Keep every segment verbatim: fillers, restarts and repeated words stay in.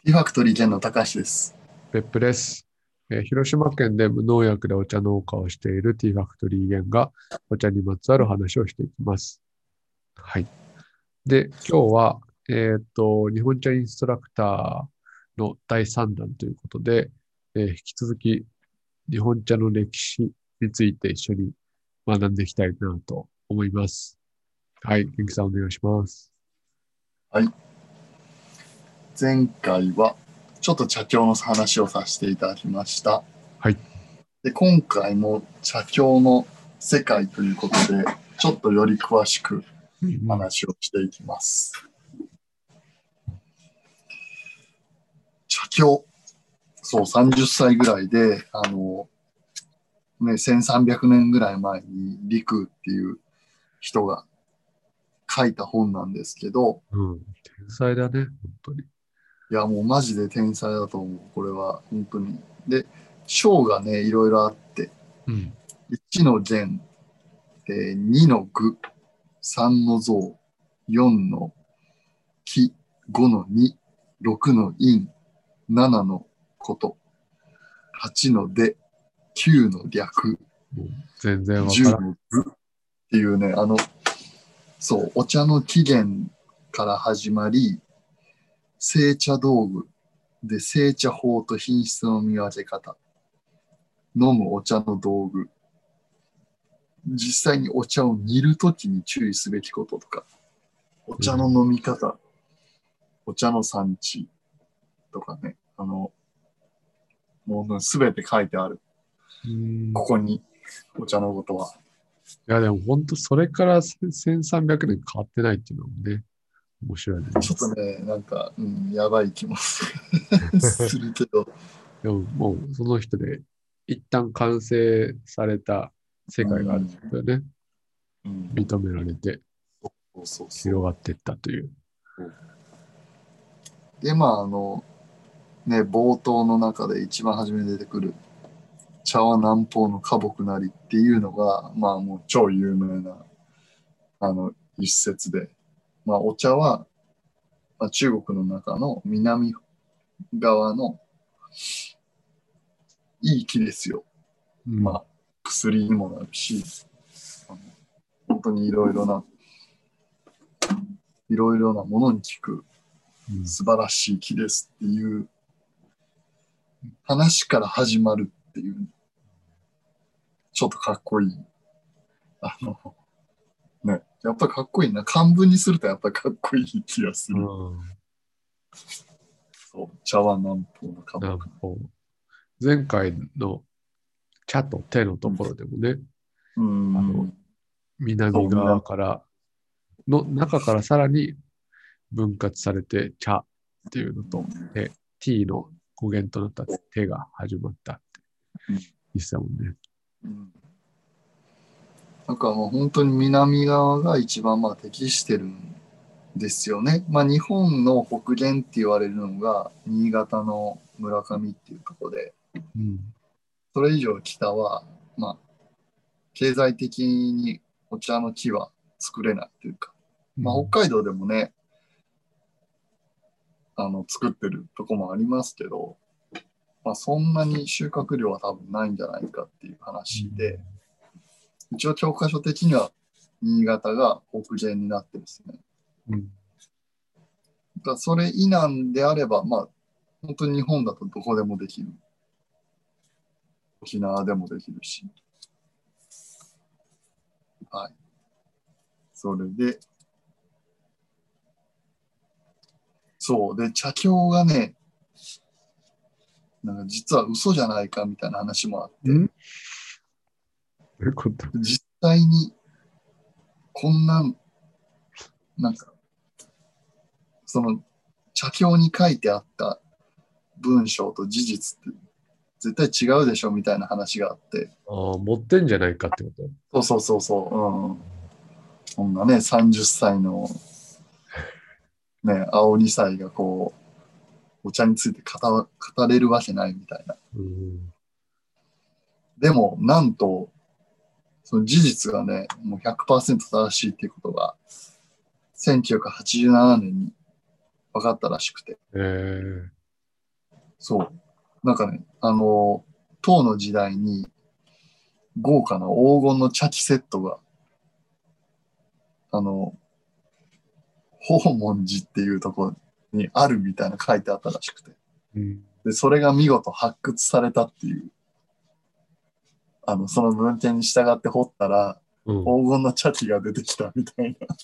ティファクトリー兼の高橋です。 別府です。えー広島県で無農薬でお茶農家をしているティーファクトリーゲンがお茶にまつわる話をしていきます。はい。で、今日は、えっと、日本茶インストラクターのだいさんだんということで、えー引き続き日本茶の歴史について一緒に学んでいきたいなと思います。はい。元気さんお願いします。 はい。前回はちょっと茶経の話をさせていただきました。 はい。 で、今回も茶経の世界ということで、ちょっとより詳しくうんうん。 話をしていきます。茶経、そう、さんじゅっさいぐらいで、あの、ね、せんさんびゃくねんぐらい前に陸っていう人が書いた本なんですけど、 うん。天才だね、本当に。 いや、もうマジで天才だと思う。これは、本当に。で、章がね、いろいろあって、 うん。 いちの禅、えー、にの具、さんの像、よんの木、ごのに、ろくの陰、ななのこと、はちの出、きゅうの略、 もう全然わじゅうからん。 の図っていうね、あの、そう、お茶の起源から始まり、製茶道具で製茶法と品質の見分け方、飲むお茶の道具、実際にお茶を煮るときに注意すべきこととか、お茶のうん。 飲み方、お茶の産地とかね、あの、もうすべて書いてある。 うん。 ここに、お茶のことは。 いや、でも本当それからせんさんびゃくねん変わってないっていうのもね、面白いね。 ちょっとね、なんか、うん、やばい気もするけど、 でももうその人で一旦完成された世う界があるってん、 ことだよね。 うん、 認められてそうそうそう。 広がっていったという。 で、まあ、あの、ね、冒頭の中で一番初めに出てくる、茶は南方の花木なりっていうのが、まあもう超有名な、あの、一節で、まあお茶は、まあ、中国の中の南側のいい木ですよ。 うん。 まあ、薬にもなるし、あの本当にいろいろな、いろいろなものに効くうん。 素晴らしい木ですっていう話から始まるっていう、ちょっとかっこいい。あの、ね、やっぱかっこいいな。漢文にするとやっぱかっこいい気がすうる。 ん。 そう、茶は南方の花木。 南方。前回の茶と手のところでもね、 うあの、 ん、そう、 南南。 側からの中からさらに分割されて茶っていうのと、で、t の語源となった手が始まったってうん言ってたもんね。 うん、なんかもう本当に南側が一番まあ適してるんですよね。まあ日本の北限って言われるのが新潟の村上っていうところで、 うん。 それ以上北は、まあ経済的にお茶の木は作れないというか、まあうん。 北海道でもね、あの作ってるとこもありますけど、まあそんなに収穫量は多分ないんじゃないかっていうう話で、 ん。 一応教科書的には新潟が北限になってですね。 うん。 だからそれ以南であれば、まあ本当に日本だとどこでもできる。沖縄でもできるし。はい。それで、そう。で、茶経がね、なんか実は嘘じゃないかみたいな話もあって、 んどういうこと？ 実際にこんな、なんか、その茶経に書いてあった文章と事実って絶対違うでしょみたいな話があって、 ああ、持ってんじゃないかってこと？ そうそうそうそう、うん。こんなね、さんじゅっさいのね、青にさいがこう、お茶について語語れるわけないみたいな。 うん。 でも、なんと、その事実がね、もうひゃくパーセント正しいっていうことが、せんきゅうひゃくはちじゅうななねんに分かったらしくて。 ええ。 そう。なんかね、あの、唐の時代に豪華な黄金の茶器セットが、あの、宝文寺っていうところにあるみたいな書いてあったらしくて。 うん。 で、それが見事発掘されたっていう、あの、その文献に従って掘ったら、 うん。 黄金の茶器が出てきたみたいな。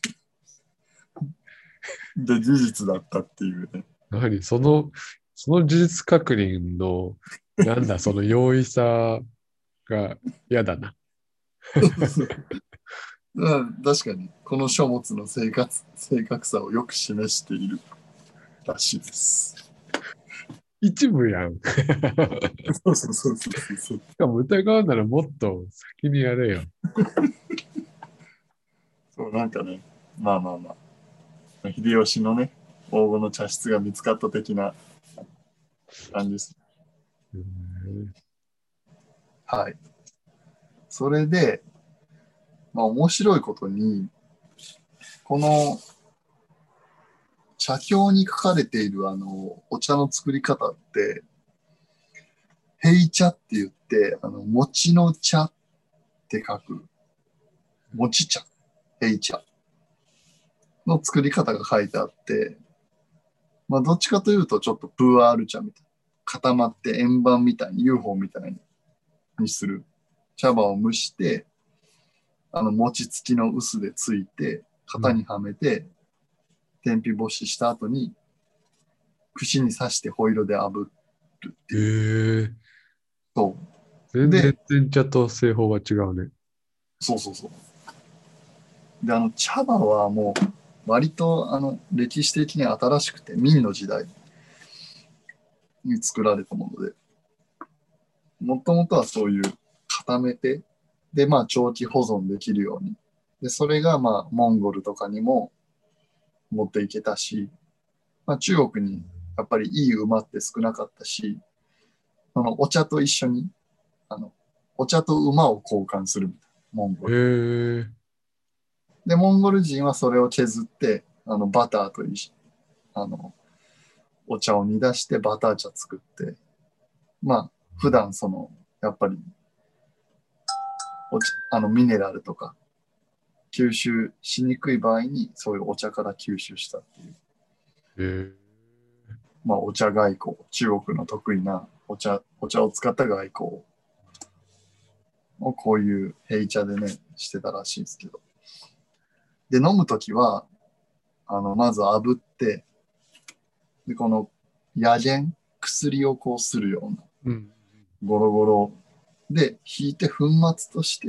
で、事実だったっていうね。 何その、その事実確認の、なんだ、その容易さが嫌だな。 うん、確かに、この書物の生活、正確さをよく示しているらしいです。 一部やん。しそうそうそうそうそう。 かも疑うならもっと先にやれよ。 そう、なんかね、まあまあまあ、秀吉のね、黄金の茶室が見つかった的な感じです。 へーはい。それで、まあ面白いことに、この茶経に書かれているあの、お茶の作り方って、平茶って言って、あの、餅の茶って書く、餅茶、平茶の作り方が書いてあって、まあどっちかというとちょっとプーアール茶みたいな。固まって円盤みたいに ユーフォー みたいにする茶葉を蒸して、あの餅つきの臼でついて、型にはめて、天日干しした後に、串に刺してホイロで炙るってへいう。 え。 そう。 全然で、 前茶と製法が違うね。 そうそうそう。で、あの茶葉はもう、割とあの歴史的に新しくて、明の時代に作られたもので、もともとはそういう固めて、で、まあ長期保存できるように。で、それがまあモンゴルとかにも持っていけたし、まあ、中国にやっぱりいい馬って少なかったし、そのお茶と一緒に、あの、お茶と馬を交換するみたいな、モンゴへル。 え。 で、モンゴル人はそれを削って、あの、バターと一緒、あの、お茶を煮出してバター茶作って、まあ、普段その、やっぱり、お茶、あの、ミネラルとか吸収しにくい場合に、そういうお茶から吸収したっていう、 へえ。 まあ、お茶外交、中国の得意なお茶、お茶を使った外交をこういう平茶でね、してたらしいんですけど。で、飲むときは、あの、まず炙って、で、この、薬研、薬をこうするような、 うん。 ゴロゴロで、引いて粉末として、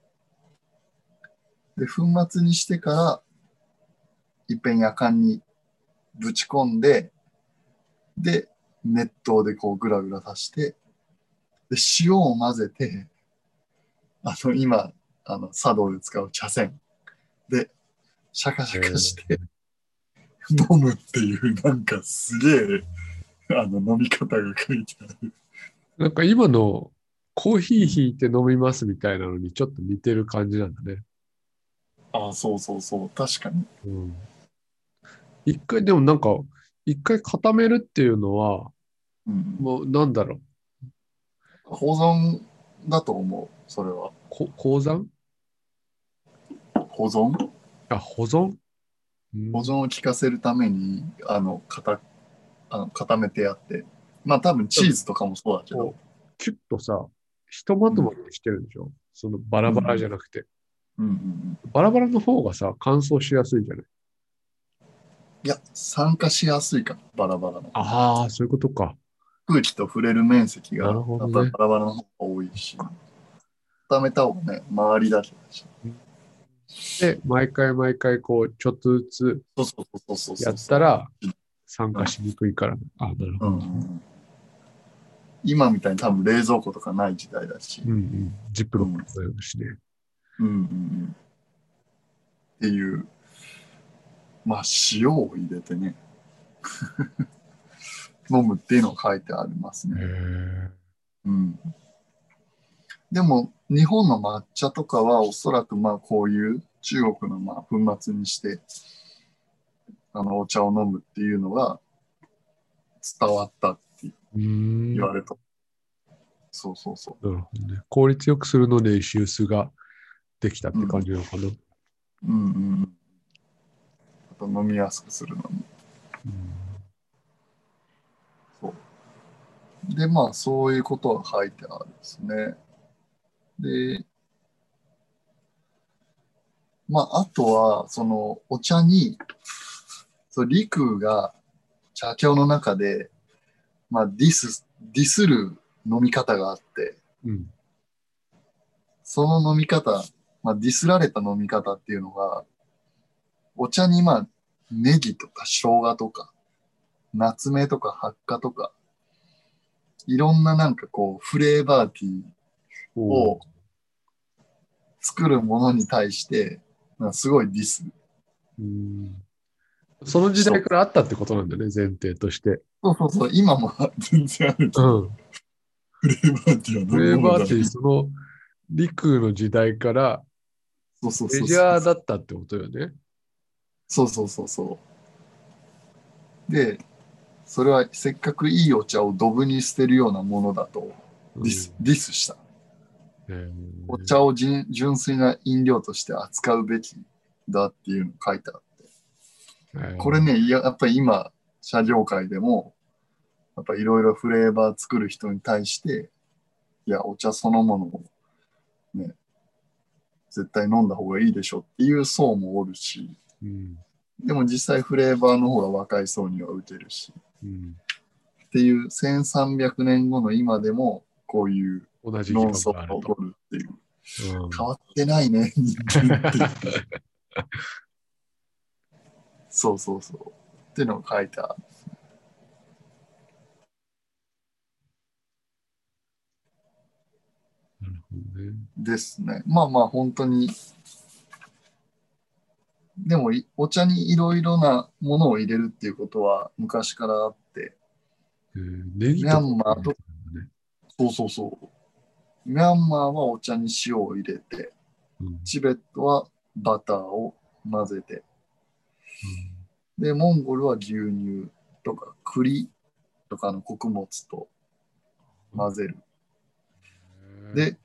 で、粉末にしてから、いっぺんやかんにぶち込んで、で、熱湯でこうグラグラさして、で、塩を混ぜて、あの、今、あの、茶道で使う茶筅で、シャカシャカへえ。 して飲むっていう、なんかすげえ、あの、飲み方が書いてある。 なんか今のコーヒーひいて飲みますみたいなのにちょっと似てる感じなんだね。 ああ、そうそうそう、確かに。 うん。一回、でもなんか、一回固めるっていうのは、 うん。 もうなんだろう。 保存だと思う、それは。 こ、鉱山保存あ、保存うん。 保存を効かせるために、あの、固、あの固めてやって。まあ多分チーズとかもそうだけど。 こう、キュッとさ、ひとまうん。 とまりにしてるんでしょ？そのバラバラじうん。 ゃなくて。 うん。うん。 バラバラの方がさ、乾燥しやすいじゃない？ いや、酸化しやすいから、バラバラの方が。 ああ、そういうことか。 空気と触れる面積なるが、やっぱりほどね。 バラバラの方が多いし。固めた方がね、周りだけだし。 で、毎回毎回こう、ちょっとずつそうそうそうそうやそうそう。 ったら酸うん。 化しにくいから。あ、なるうん。 ほど。 うん。今みたいに多分冷蔵庫とかない時代だし。 うんうん。ジップうん。 ロックのようだしね。 うん。うん。うん。っていう、まあ塩を入れてね、飲むっていうのが書いてありますへね。 え。 うん。でも、日本の抹茶とかはおそらくまあこういう中国のまあ粉末にしてあのお茶を飲むっていうのが伝わったってうーん。な言われた。そうそうそるほどね。効率よくするので石臼ができたっう。うて感ん。 じなのかな。 うんうん。あと飲みやすくするのに。 うん。 そう。で、まあ、そういうことが書いてあるんですね。で、まあ、あとは、その、お茶に、そう、陸が茶経の中で、まあ、ディス、ディスる飲み方があって、 うん。 その飲み方、まあ、ディスられた飲み方っていうのが、お茶にまあ、ネギとか生姜とか、ナツメとかハッカとか、いろんななんかこう、フレーバーティーおー。 を作るものに対して、まあ、すごいディスうん。その時しとる。 代からあったってことなんだね、前提として。 そうそうそう、今も全然あるけど、 うん。 フレーバーティーはフ飲みレーバーって物だね。 その陸の時代からそうそうメジそうそう。 ャーだったってことよね。 そうそうそうそう。で、それはせっかくいいお茶をドブに捨てるようなものだとうん。 ディス、ディスした。 えおー、 茶を純純粋な飲料として扱うべきだっていうのが書いてあって。 えー、 これね、いややっぱり今、茶業界でも、やっぱいろいろフレーバー作る人に対して、いや、お茶そのものをね、絶対飲んだ方がいいでしょっていう層もおるし、 うん。 でも実際フレーバーの方が若い層には受けるし、 うん。 っていうせんさんびゃくねんごの今でも、こういう同じ議論争論があると。 が起こるっていう。 うん。 変わってないね、人間って。そうそうそう。っていうのが書いてある。 なるほどね。 ですね。まあまあ本当に、でもいお茶にいろいろなものを入れるっていうことは昔からあって、 えー、ネギミャとかンマーと、 も入れてるんだね。 そうそうそう。ミャンマーはお茶に塩を入れて、 うん。 チベットはバターを混ぜて、 うん。 で、モンゴルは牛乳とか栗とかの穀物と混ぜる。 へで、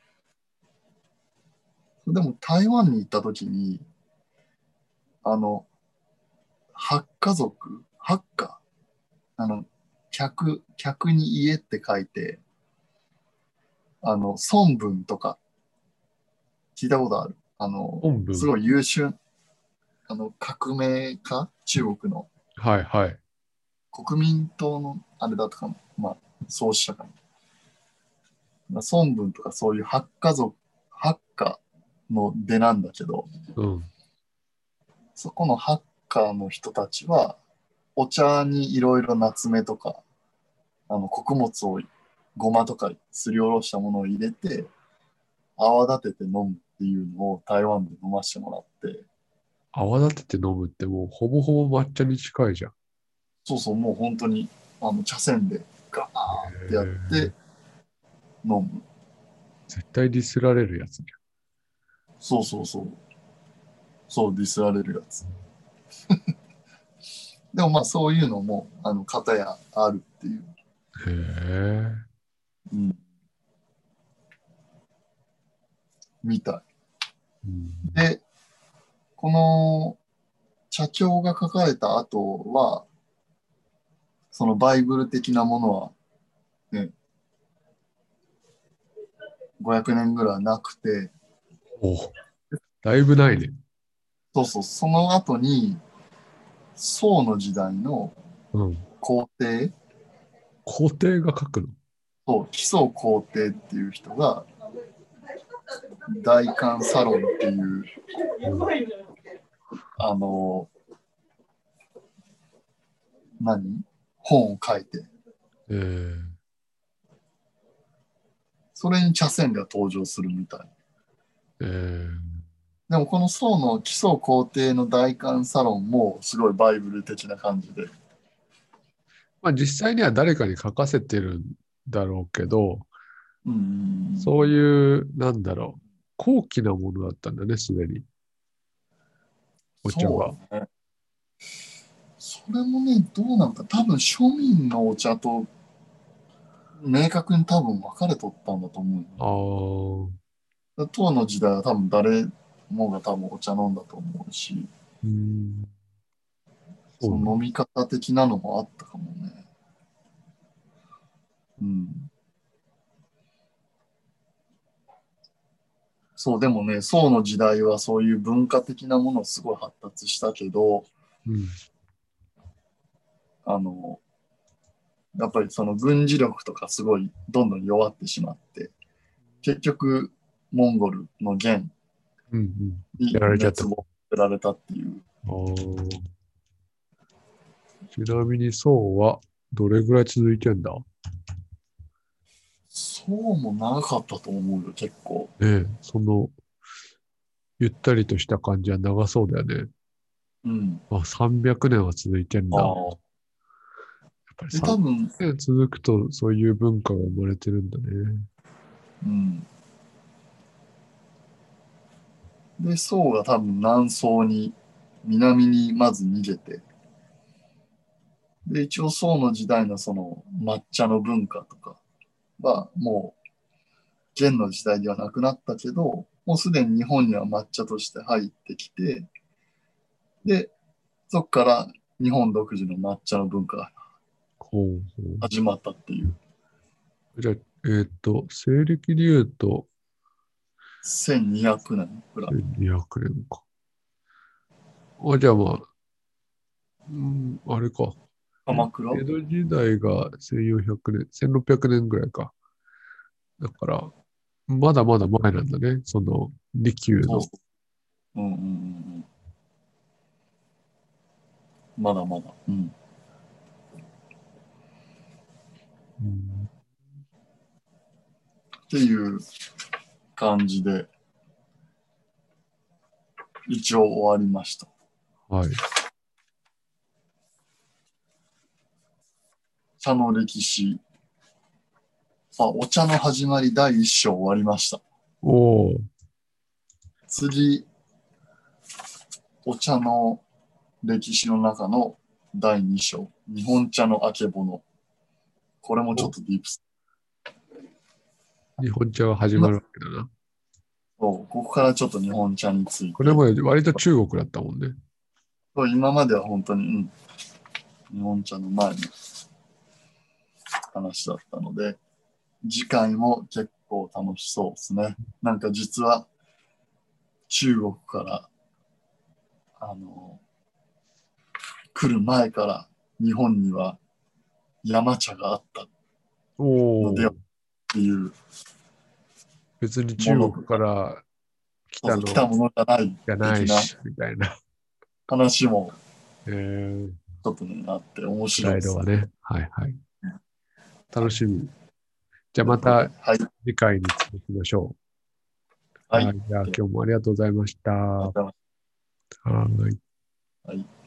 でも台湾に行った時に、あの、八家族、八家、あの、客、客に家って書いて、あの、孫文とか聞いたことある。あの、 本文。 すごい優秀、あの、革命家中国のはいはい。 国民党のあれだったかな。まあ、創始者かな。孫文とかそういう八家族、八家の出なんだけど、 うん。 そこの八家の人たちは、お茶にいろいろナツメとか、あの、穀物を、ごまとかすりおろしたものを入れて、泡立てて飲むっていうのを台湾で飲ませてもらって、 泡立てて飲むってもうほぼほぼ抹茶に近いじゃん。 そうそう、もう本当に、あの、茶筅でガーってやっへえ。 て飲む。 絶対ディスられるやつじそうそうそう。そう、ディスられるやつ。でもまあそういうのも、あの、方やあるっていう。 ゃん。へえ。 うん、みたうん。 い。で、この茶経が書かれた後は、そのバイブル的なものはね、ごひゃくねんぐらいなくて、 お、だいぶないね。 そうそう、その後に、宋の時代のうん。 皇帝皇帝が書くの。 と、奇宗皇帝っていう人が、大観サロンっていう、 うん。 あの、何本を書いて、 えー、 それに茶筅が登場するみたい。 えー、 でもこの宋の奇宗皇帝の大観サロンもすごいバイブル的な感じで。 まあ実際には誰かに書かせてるんだろうけど、 うん。 そういう、なんだろう、高貴なものだったんだね、すでに、お茶が。 そうね。それもね、どうなんか、多分庶民のお茶と明確に多分分かれとったんだと思ああ、 うよ。唐の時代は多分誰もが多分お茶飲んだと思うし、 うん、そうね。 その飲み方的なのもあったかもね。うん。そう、でもね、宋の時代はそういう文化的なものすごい発達したけど、 うん、 あの、やっぱりその軍事力とかすごいどんどん弱ってしまって、結局、モンゴルの元うん、うん。 にやられちゃった。 滅亡させられたっていう。 ああ、ちなみに宋はどれぐらい続いてんだ？ そうも長かったと思うよ、結構。 ねえ、その、ゆったりとした感じは長そうだよね。 うん。 あ、さんびゃくねんは続いてんだ。やっああ。 ぱりで、多 300 分、 年続くとそういう文化が生まれてるんだね。 うん。で、宋が多分南宋に、南にまず逃げて、で、一応宋の時代のその抹茶の文化とかはもう元の時代ではなくなったけど、もうすでに日本には抹茶として入ってきて、で、そこから日本独自の抹茶の文化がほうほう。 始まったっていう。 じゃあ、えーっと、西暦で言うとせんにひゃくねんぐらい。 せんにひゃくねんか。あ、じゃあまあ、うん、あれか。え鎌倉。 江戸時代がせんよんひゃくねん、せんろっぴゃくねんぐらいか。だから、まだまだ前なんだね。その、利休の。 そうそう。うんうんうんうん。まだまだ。うん。 うん、 っていう感じで、一応終わりました。 はい。 茶の歴史。あ、お茶の始まり第一章終わりました。 おー、 次、お茶の歴史の中の第二章。日本茶のあけぼの。これもちょっおとディープス。 日本茶が始まるわけだな。 そう、ここからちょっと日本茶について。 これまで割と中国だったもんね。 そう今までは本当に、うん、日本茶の前の話だったので、次回も結構楽しそうですね。なんか実は中国からあの来る前から日本には山茶があったのではおー、 っていう別に中国かものとか、 ら来そうそう、 たの来たものじゃないじゃな的ないし、みたいな。 話もえー、 ちょっとね、あって面プラ白いですね。 イドがね。はいはい。楽しみ。じゃあまたということで、はい、 次回に続きましょう。 はい、 はい。じゃあ今日もありがとうございました。 また、 はい。 はい。